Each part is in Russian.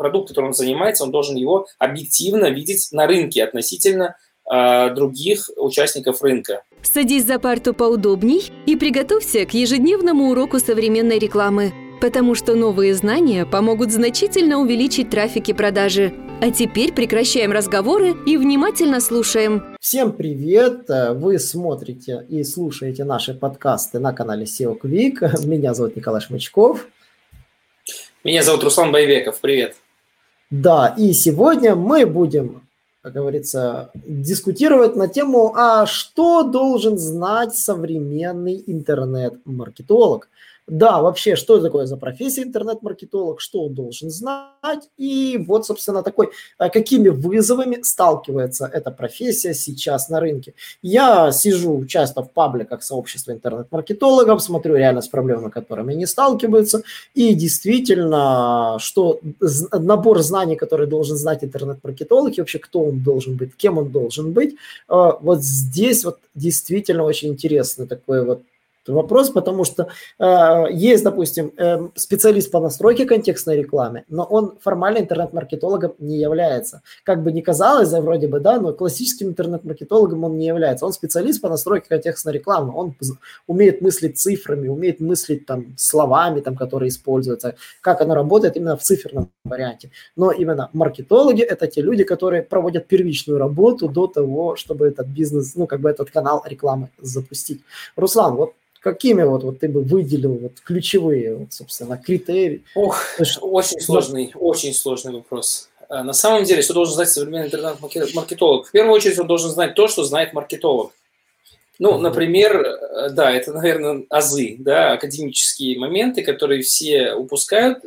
продукт, которым он занимается, он должен его объективно видеть на рынке относительно других участников рынка. Садись за парту поудобней и приготовься к ежедневному уроку современной рекламы, потому что новые знания помогут значительно увеличить трафик и продажи. А теперь прекращаем разговоры и внимательно слушаем. Всем привет! Вы смотрите и слушаете наши подкасты на канале SEO Quick. Меня зовут Николай Шмычков. Меня зовут Руслан Байбеков. Привет! Да, и сегодня мы будем, как говорится, дискутировать на тему, а что должен знать современный интернет-маркетолог. Да, вообще, что такое за профессия интернет-маркетолог, что он должен знать, и вот, собственно, какими вызовами сталкивается эта профессия сейчас на рынке. Я сижу часто в пабликах сообщества интернет-маркетологов, смотрю реально с проблемами, с которыми они сталкиваются, и действительно, что набор знаний, который должен знать интернет-маркетолог, и вообще, кто он должен быть, кем он должен быть, вот здесь вот действительно очень интересный такой вот вопрос, потому что есть, допустим, специалист по настройке контекстной рекламы, но он формально интернет-маркетологом не является. Как бы ни казалось, вроде бы, да, но классическим интернет-маркетологом он не является. Он специалист по настройке контекстной рекламы, он умеет мыслить цифрами, умеет мыслить там словами, там, которые используются, как оно работает именно в циферном варианте. Но именно маркетологи – это те люди, которые проводят первичную работу до того, чтобы этот бизнес, ну, как бы этот канал рекламы запустить. Руслан, вот какими вот ты бы выделил вот ключевые, вот, собственно, критерии? Очень сложный вопрос. На самом деле, что должен знать современный интернет-маркетолог? В первую очередь, он должен знать то, что знает маркетолог. Ну, например, да, это, наверное, азы, да, академические моменты, которые все упускают,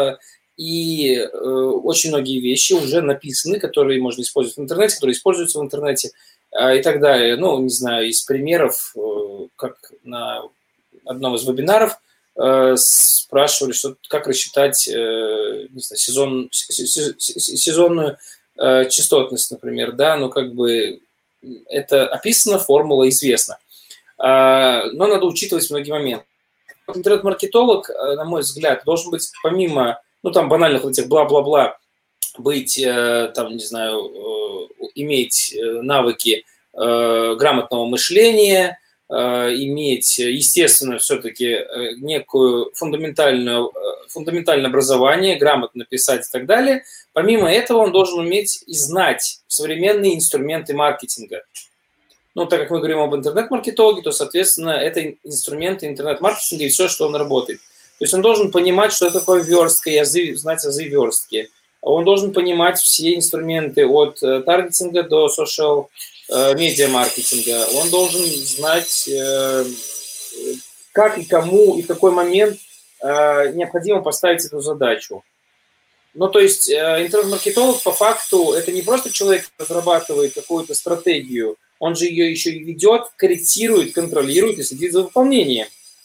и очень многие вещи уже написаны, которые можно использовать в интернете, которые используются в интернете, и так далее. Ну, не знаю, из примеров, как на одном из вебинаров спрашивали, как рассчитать, не знаю, сезонную частотность, например, да, ну, как бы это описано, формула известна. Но надо учитывать многие моменты. Интернет-маркетолог, на мой взгляд, должен быть помимо, ну, там, банальных вот этих бла-бла-бла, быть, там, не знаю, иметь навыки грамотного мышления, иметь, естественно, все-таки некую фундаментальное образование, грамотно писать и так далее. Помимо этого он должен уметь и знать современные инструменты маркетинга. Ну, так как мы говорим об интернет-маркетологе, то, соответственно, это инструменты интернет-маркетинга и все, что он работает. То есть он должен понимать, что такое верстка, и знать азы верстки. Он должен понимать все инструменты от таргетинга до social медиа-маркетинга. Он должен знать, как и кому и в какой момент необходимо поставить эту задачу. Ну, то есть интернет-маркетолог по факту это не просто человек, который разрабатывает какую-то стратегию, он же ее еще и ведет, корректирует, контролирует и следит за выполнением.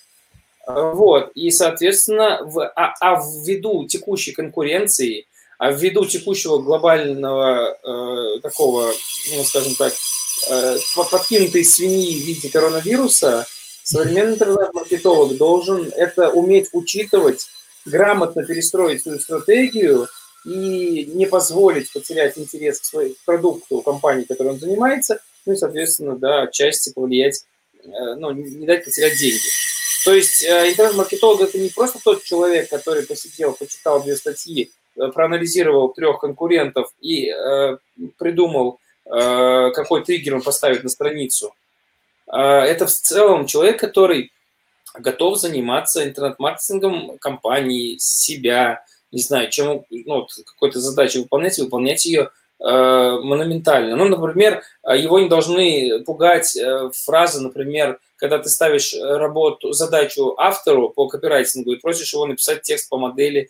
Вот. И, соответственно, ввиду текущей конкуренции, ввиду текущего глобального такого, ну, скажем так, подкинутой свиньи в виде коронавируса, современный интернет-маркетолог должен это уметь учитывать, грамотно перестроить свою стратегию и не позволить потерять интерес к своему продукту компании, которой он занимается, ну и, соответственно, да, отчасти повлиять, ну, не дать потерять деньги. То есть интернет-маркетолог – это не просто тот человек, который посидел, почитал 2 статьи, проанализировал 3 конкурентов и придумал, какой триггер он поставит на страницу. Это в целом человек, который готов заниматься интернет-маркетингом компании, себя, не знаю, чем, ну, какой-то задачей выполнять ее монументально. Ну, например, его не должны пугать фразы, например, когда ты ставишь задачу автору по копирайтингу и просишь его написать текст по модели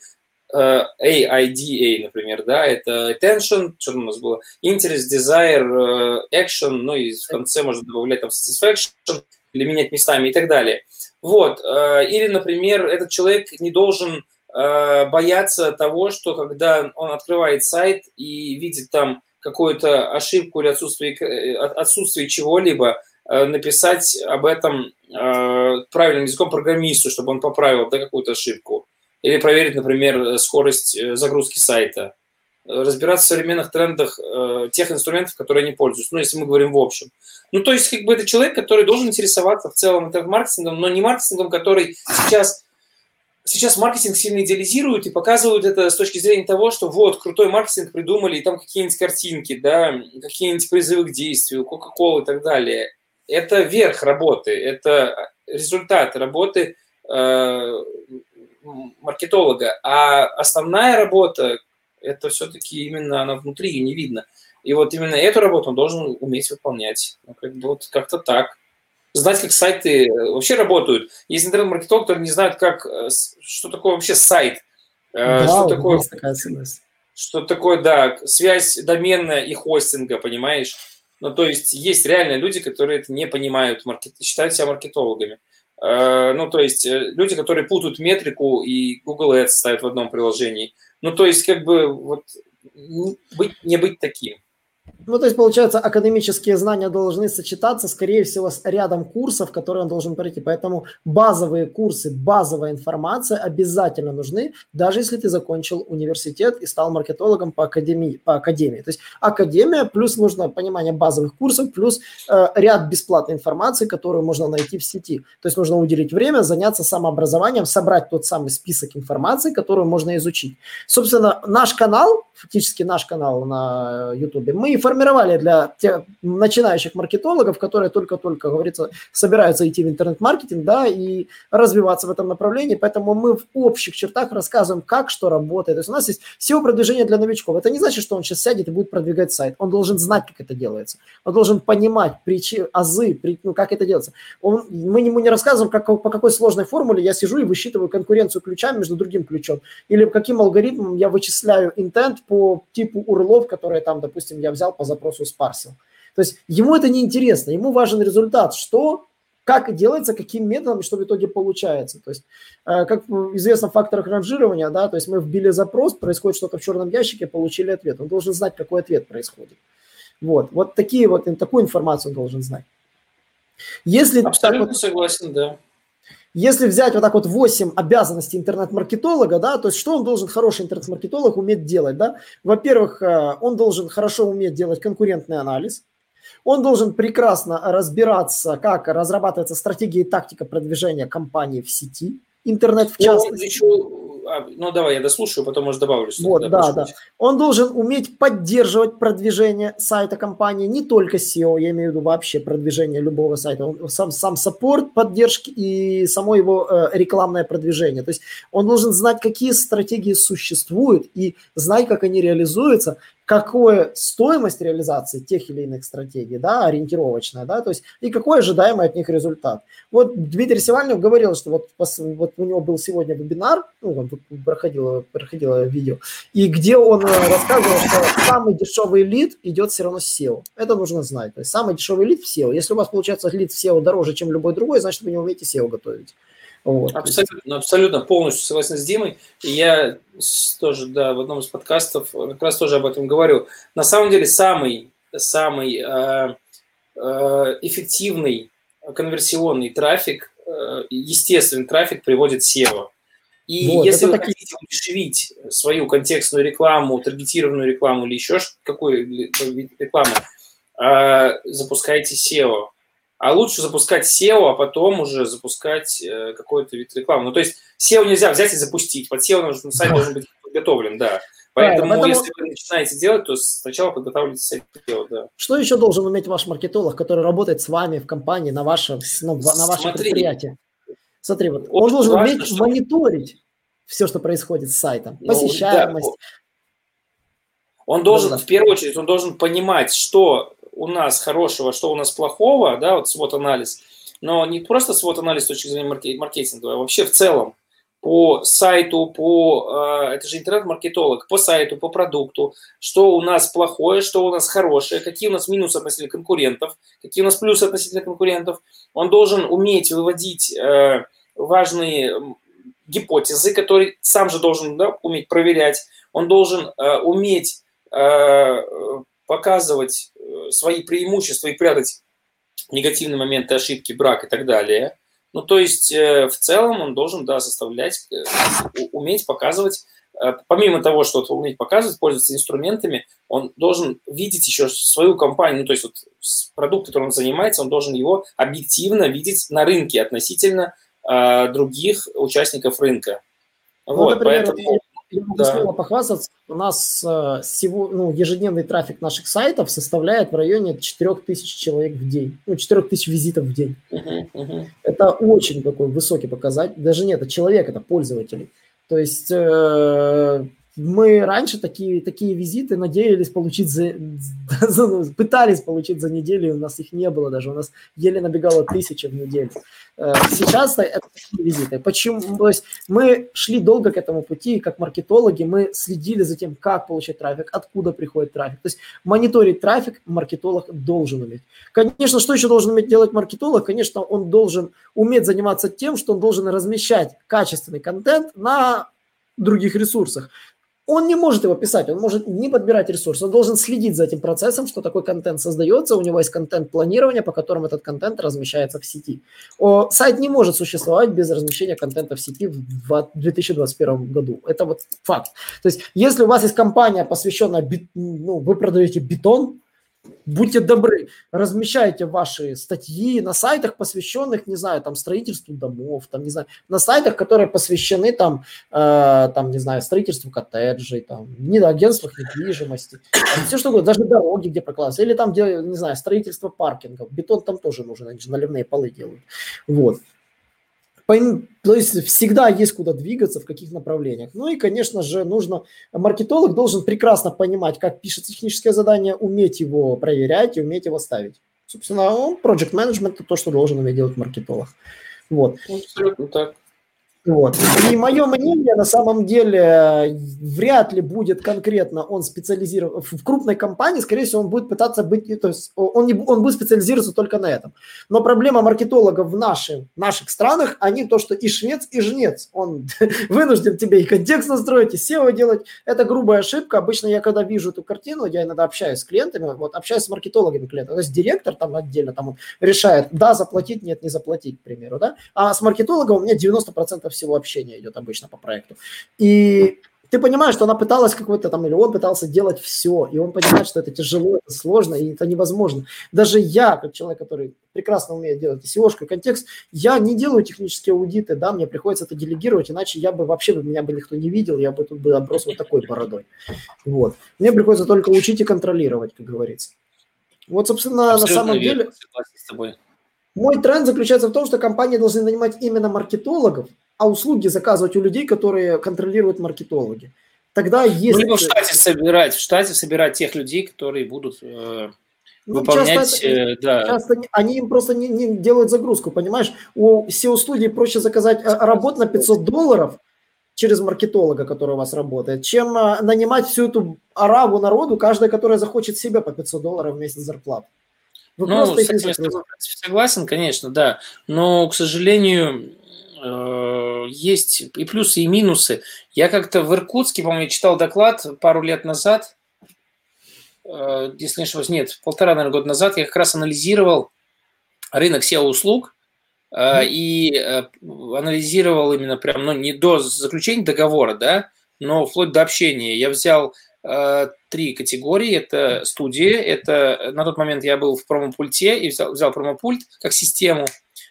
AIDA, например, да, это attention, что у нас было, interest, desire, action, ну и в конце можно добавлять там satisfaction или менять местами и так далее. Вот, или, например, этот человек не должен бояться того, что когда он открывает сайт и видит там какую-то ошибку или отсутствие чего-либо, написать об этом правильным языком программисту, чтобы он поправил, да, какую-то ошибку. или проверить, например, скорость загрузки сайта, разбираться в современных трендах тех инструментов, которые они пользуются, ну, если мы говорим в общем. Ну, то есть, как бы это человек, который должен интересоваться в целом интернет-маркетингом, но не маркетингом, который сейчас маркетинг сильно идеализируют и показывают это с точки зрения того, что вот, крутой маркетинг придумали, и там какие-нибудь картинки, да, какие-нибудь призывы к действию, Coca-Cola и так далее. Это верх работы, это результат работы маркетолога. А основная работа, это все-таки именно она внутри, ее не видно. И вот именно эту работу он должен уметь выполнять. Ну, как бы вот как-то так. Знать, как сайты вообще работают. Есть интернет-маркетологи, которые не знают, что такое вообще сайт. Да, что такое, есть такая ценность. что такое, да, связь доменная и хостинга, понимаешь? Ну, то есть реально люди, которые это не понимают, считают себя маркетологами. Ну, то есть люди, которые путают метрику и Google Ads ставят в одном приложении. Ну, то есть как бы вот не быть таким. Ну, то есть, получается, академические знания должны сочетаться, скорее всего, с рядом курсов, которые он должен пройти. Поэтому базовые курсы, базовая информация обязательно нужны, даже если ты закончил университет и стал маркетологом по академии. То есть академия, плюс нужно понимание базовых курсов, плюс ряд бесплатной информации, которую можно найти в сети. То есть нужно уделить время, заняться самообразованием, собрать тот самый список информации, которую можно изучить. Собственно, наш канал, фактически наш канал на YouTube, мы формировали для тех начинающих маркетологов, которые только-только, говорится, собираются идти в интернет-маркетинг, да, и развиваться в этом направлении. Поэтому мы в общих чертах рассказываем, как что работает. То есть у нас есть SEO-продвижение для новичков. Это не значит, что он сейчас сядет и будет продвигать сайт. Он должен знать, как это делается. Он должен понимать азы, как это делается. Мы ему не рассказываем, по какой сложной формуле я сижу и высчитываю конкуренцию ключа между другим ключом. Или каким алгоритмом я вычисляю интент по типу URL, которые там, допустим, я взял по запросу спарсил. То есть ему это не интересно, ему важен результат, как делается, каким методом, что в итоге получается. То есть, как известно в факторах ранжирования, да, то есть мы вбили запрос, происходит что-то в черном ящике, получили ответ. Он должен знать, какой ответ происходит. Вот такую информацию он должен знать. Абсолютно согласен, да. Если взять вот так вот 8 обязанностей интернет-маркетолога, да, то есть что он должен, хороший интернет-маркетолог, уметь делать, да? Во-первых, он должен хорошо уметь делать конкурентный анализ, он должен прекрасно разбираться, как разрабатывается стратегия и тактика продвижения компании в сети, интернет в частности. Ну, давай я дослушаю, потом, может, добавлю. Вот, да. Он должен уметь поддерживать продвижение сайта компании, не только SEO, я имею в виду вообще продвижение любого сайта, сам саппорт поддержки и само его рекламное продвижение. То есть он должен знать, какие стратегии существуют и знать, как они реализуются, какая стоимость реализации тех или иных стратегий, да, ориентировочная, да, то есть и какой ожидаемый от них результат. Вот Дмитрий Севальнев говорил, что вот у него был сегодня вебинар, проходило видео, и где он рассказывал, что самый дешевый лид идет все равно с SEO. Это нужно знать. То есть самый дешевый лид в SEO. Если у вас получается лид в SEO дороже, чем любой другой, значит, вы не умеете SEO готовить. Вот. Абсолютно, полностью согласен с Димой. И я тоже, да, в одном из подкастов как раз тоже об этом говорю. На самом деле самый эффективный конверсионный трафик, естественный трафик приводит SEO. И если вы хотите удешевить свою контекстную рекламу, таргетированную рекламу или еще какую вид рекламы, запускайте SEO. А лучше запускать SEO, а потом уже запускать какой-то вид рекламы. Ну, то есть SEO нельзя взять и запустить. Под SEO сайт должен быть подготовлен, да. Поэтому, если вы начинаете делать, то сначала подготавливайте сайт SEO, да. Что еще должен уметь ваш маркетолог, который работает с вами в компании, на вашем предприятии? Смотри, вот он должен уметь мониторить все, что происходит с сайтом. Посещаемость. Да. Он должен, в первую очередь, он должен понимать, что у нас хорошего, что у нас плохого, да, вот SWOT-анализ, но не просто SWOT-анализ с точки зрения маркетинга, а вообще в целом по сайту, это же интернет-маркетолог, по сайту, по продукту, что у нас плохое, что у нас хорошее, какие у нас минусы относительно конкурентов, какие у нас плюсы относительно конкурентов. Он должен уметь выводить важные гипотезы, которые сам же должен, да, уметь проверять. Он должен уметь показывать свои преимущества и прятать негативные моменты, ошибки, брак и так далее. Ну, то есть, в целом он должен, да, составлять, уметь показывать, помимо того, что вот уметь показывать, пользоваться инструментами, он должен видеть еще свою компанию, ну, то есть вот продукт, которым он занимается, он должен его объективно видеть на рынке относительно других участников рынка. Ну, Вот, например, поэтому, я могу да. смело похвастаться, у нас ежедневный трафик наших сайтов составляет в районе 4000 человек в день, 4000 визитов в день. Это очень такой высокий показатель, даже нет, это человек, это пользователи. То есть мы раньше такие визиты надеялись получить, пытались получить за неделю, у нас их не было даже, у нас еле набегало 1000 в неделю. Сейчас это такие визиты. Почему? То есть мы шли долго к этому пути, и как маркетологи мы следили за тем, как получать трафик, откуда приходит трафик. То есть мониторить трафик маркетолог должен уметь. Конечно, что еще должен уметь делать маркетолог? Конечно, он должен уметь заниматься тем, что он должен размещать качественный контент на других ресурсах. Он не может его писать, он может не подбирать ресурсы, он должен следить за этим процессом, что такой контент создается, у него есть контент-планирование, по которому этот контент размещается в сети. Сайт не может существовать без размещения контента в сети в 2021 году. Это вот факт. То есть, если у вас есть компания, посвященная, вы продаете бетон, будьте добры, размещайте ваши статьи на сайтах, посвященных, не знаю, там, строительству домов, там, не знаю, на сайтах, которые посвящены, не знаю, строительству коттеджей, там, агентствах недвижимости, там, все что угодно, даже дороги, где прокладываются, или там, где, не знаю, строительство паркингов, бетон там тоже нужен, они же наливные полы делают, вот. То есть всегда есть куда двигаться, в каких направлениях. Ну и, конечно же, маркетолог должен прекрасно понимать, как пишется техническое задание, уметь его проверять и уметь его ставить. Собственно, project management – это то, что должен уметь делать маркетолог. Вот. Абсолютно так. Вот. И мое мнение, на самом деле, вряд ли будет конкретно он специализирован. В крупной компании, скорее всего, он будет пытаться быть, то есть он будет специализироваться только на этом. Но проблема маркетолога в наших странах, они то, что и швец, и жнец. Он вынужден тебе и контекст настроить, и SEO делать. Это грубая ошибка. Обычно я, когда вижу эту картину, я иногда общаюсь с клиентами, общаюсь с маркетологами клиентов. То есть директор там отдельно там он решает, да, заплатить, нет, не заплатить, к примеру. Да? А с маркетологом у меня 90% всего общения идет обычно по проекту. И ты понимаешь, что она пыталась какой-то там, или он пытался делать все, и он понимает, что это тяжело, это сложно, и это невозможно. Даже я, как человек, который прекрасно умеет делать SEO-шку и контекст, я не делаю технические аудиты, да, мне приходится это делегировать, иначе меня бы никто не видел, я бы тут был оброс вот такой бородой. Вот. Мне приходится только учить и контролировать, как говорится. Вот, собственно, абсолютно на самом деле... Согласен с тобой. Мой тренд заключается в том, что компании должны нанимать именно маркетологов, а услуги заказывать у людей, которые контролируют маркетологи. Тогда есть... Либо в штате собирать тех людей, которые будут выполнять... Часто они им просто не делают загрузку, понимаешь? У SEO-студии проще заказать работу на $500 через маркетолога, который у вас работает, чем нанимать всю эту ораву народу, каждая, которая захочет себе по $500 в месяц зарплаты. С этим я согласен, конечно, да. Но, к сожалению, есть и плюсы, и минусы. Я как-то в Иркутске, по-моему, читал доклад пару лет назад, если не ошибаюсь, нет, 1,5, наверное, года назад, я как раз анализировал рынок SEO-услуг и анализировал именно прям, не до заключения договора, да, но вплоть до общения. Я взял 3 категории. Это студии, это на тот момент я был в промопульте и взял промопульт как систему.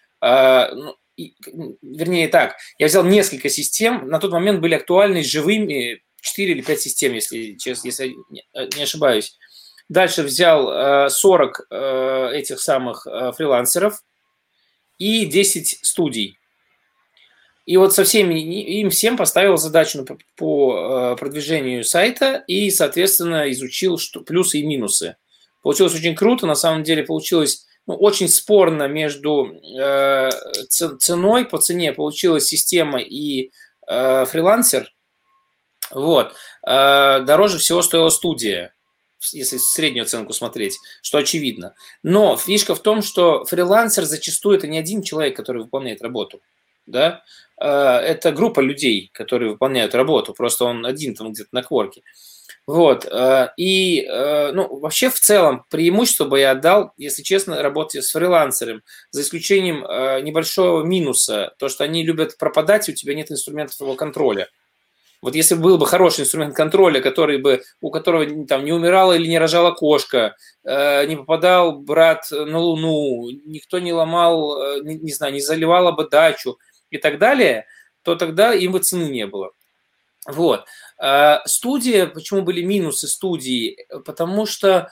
Вернее так, я взял несколько систем, на тот момент были актуальны живыми 4 или 5 систем, если не ошибаюсь. Дальше взял 40 этих самых фрилансеров и 10 студий. И вот со всеми, им всем поставил задачу по продвижению сайта и, соответственно, изучил плюсы и минусы. Получилось очень круто, на самом деле получилось очень спорно между ценой, по цене получилась система и фрилансер. Вот. Дороже всего стоила студия, если среднюю оценку смотреть, что очевидно. Но фишка в том, что фрилансер зачастую это не один человек, который выполняет работу. Да? Это группа людей, которые выполняют работу, просто он один там где-то на кворке. Вот. И, ну, вообще, в целом, преимущество бы я отдал, если честно, работе с фрилансером, за исключением небольшого минуса, то, что они любят пропадать, и у тебя нет инструментов его контроля. Вот если был бы хороший инструмент контроля, у которого там не умирала или не рожала кошка, не попадал брат на Луну, никто не ломал, не знаю, не заливала бы дачу и так далее, то тогда им бы цены не было. Вот. Студия, почему были минусы студии? Потому что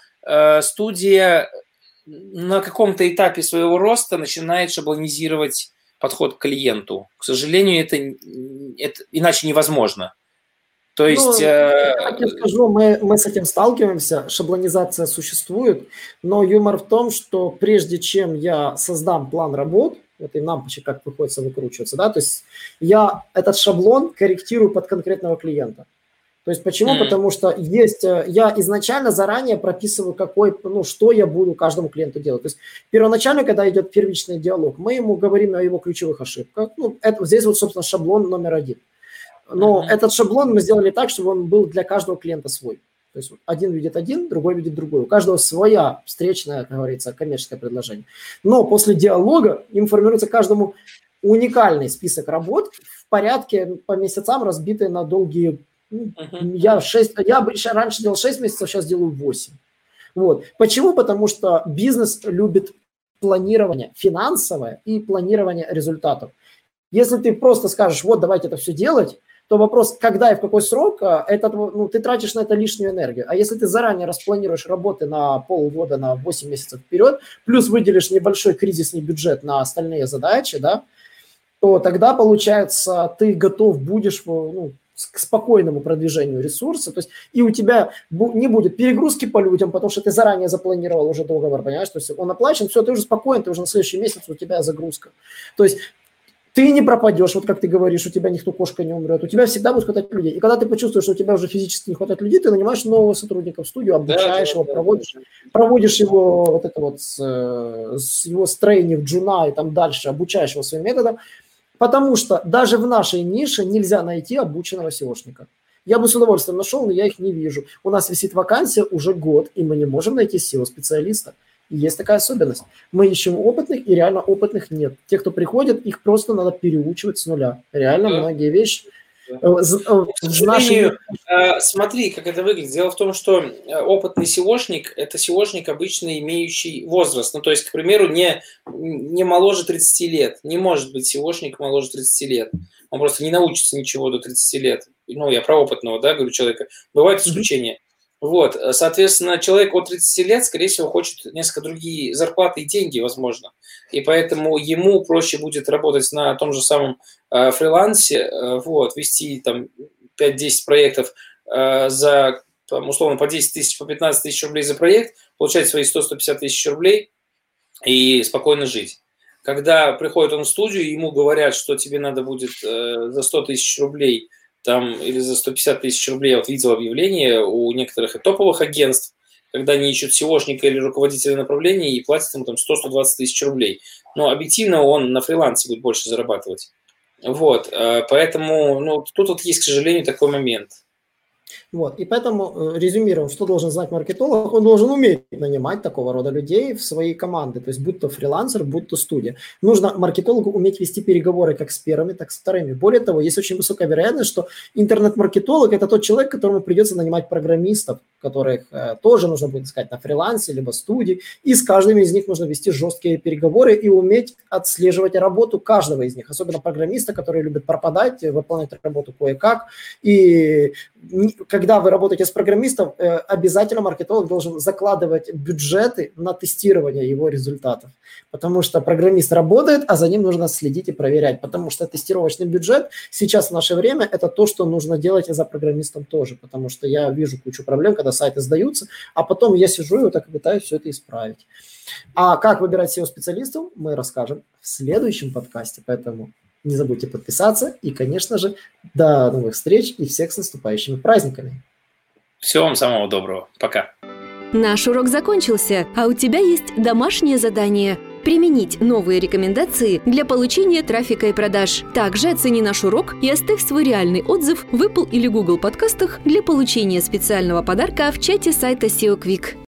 студия на каком-то этапе своего роста начинает шаблонизировать подход к клиенту. К сожалению, это иначе невозможно. То есть... как я скажу, мы с этим сталкиваемся, шаблонизация существует, но юмор в том, что прежде чем я создам план работ, вот и нам как приходится выкручиваться, да, то есть я этот шаблон корректирую под конкретного клиента. То есть почему? Потому что я изначально заранее прописываю, что я буду каждому клиенту делать. То есть первоначально, когда идет первичный диалог, мы ему говорим о его ключевых ошибках. Здесь вот, собственно, шаблон номер 1. Но этот шаблон мы сделали так, чтобы он был для каждого клиента свой. То есть один видит один, другой видит другой. У каждого своя встречная, как говорится, коммерческое предложение. Но после диалога им формируется каждому уникальный список работ в порядке по месяцам, разбитые на долгие... Я раньше делал 6 месяцев, сейчас делаю 8. Вот. Почему? Потому что бизнес любит планирование финансовое и планирование результатов. Если ты просто скажешь, вот давайте это все делать, то вопрос, когда и в какой срок, ты тратишь на это лишнюю энергию. А если ты заранее распланируешь работы на полгода, на 8 месяцев вперед, плюс выделишь небольшой кризисный бюджет на остальные задачи, да, то тогда, получается, ты готов будешь к спокойному продвижению ресурса, то есть и у тебя не будет перегрузки по людям, потому что ты заранее запланировал уже договор, понимаешь, то есть он оплачен, все, ты уже спокоен, ты уже на следующий месяц у тебя загрузка. То есть ты не пропадешь, вот как ты говоришь, у тебя никто, кошка не умрет, у тебя всегда будет хватать людей. И когда ты почувствуешь, что у тебя уже физически не хватает людей, ты нанимаешь нового сотрудника в студию, обучаешь его, проводишь его с его тренинг джуна и там дальше, обучаешь его своим методам, потому что даже в нашей нише нельзя найти обученного SEOшника. Я бы с удовольствием нашел, но я их не вижу. У нас висит вакансия уже год, и мы не можем найти SEO-специалиста. И есть такая особенность. Мы ищем опытных, и реально опытных нет. Те, кто приходит, их просто надо переучивать с нуля. Реально многие вещи. К сожалению, смотри, как это выглядит. Дело в том, что опытный SEOшник – это SEOшник, обычно имеющий возраст. Ну, то есть, к примеру, не моложе 30 лет. Не может быть SEOшник моложе 30 лет. Он просто не научится ничего до 30 лет. Ну, я про опытного, да, говорю, человека. Бывают исключения. Вот, соответственно, человек от 30 лет, скорее всего, хочет несколько другие зарплаты и деньги, возможно. И поэтому ему проще будет работать на том же самом фрилансе, вести там 5-10 проектов за, там, условно, по 10 тысяч, по 15 тысяч рублей за проект, получать свои 100-150 тысяч рублей и спокойно жить. Когда приходит он в студию, ему говорят, что тебе надо будет за 100 тысяч рублей там, или за 150 тысяч рублей, я вот видел объявление у некоторых и топовых агентств, когда они ищут SEOшника или руководителя направления и платят ему там 100-120 тысяч рублей. Но объективно он на фрилансе будет больше зарабатывать. Вот, поэтому, тут вот есть, к сожалению, такой момент. Вот, и поэтому резюмируем, что должен знать маркетолог. Он должен уметь нанимать такого рода людей в свои команды, то есть будь то фрилансер, будь то студия. Нужно маркетологу уметь вести переговоры как с первыми, так и с вторыми. Более того, есть очень высокая вероятность, что интернет-маркетолог – это тот человек, которому придется нанимать программистов, которых тоже нужно будет искать на фрилансе, либо студии, и с каждым из них нужно вести жесткие переговоры и уметь отслеживать работу каждого из них, особенно программиста, которые любят пропадать, выполнять работу кое-как. И когда вы работаете с программистом, обязательно маркетолог должен закладывать бюджеты на тестирование его результатов, потому что программист работает, а за ним нужно следить и проверять, потому что тестировочный бюджет сейчас в наше время – это то, что нужно делать и за программистом тоже, потому что я вижу кучу проблем, когда сайты сдаются, а потом я сижу и вот так пытаюсь все это исправить. А как выбирать SEO-специалистов, мы расскажем в следующем подкасте, поэтому не забудьте подписаться и, конечно же, до новых встреч и всех с наступающими праздниками. Всего вам самого доброго. Пока. Наш урок закончился, а у тебя есть домашнее задание – применить новые рекомендации для получения трафика и продаж. Также оцени наш урок и оставь свой реальный отзыв в Apple или Google подкастах для получения специального подарка в чате сайта SEO Quick.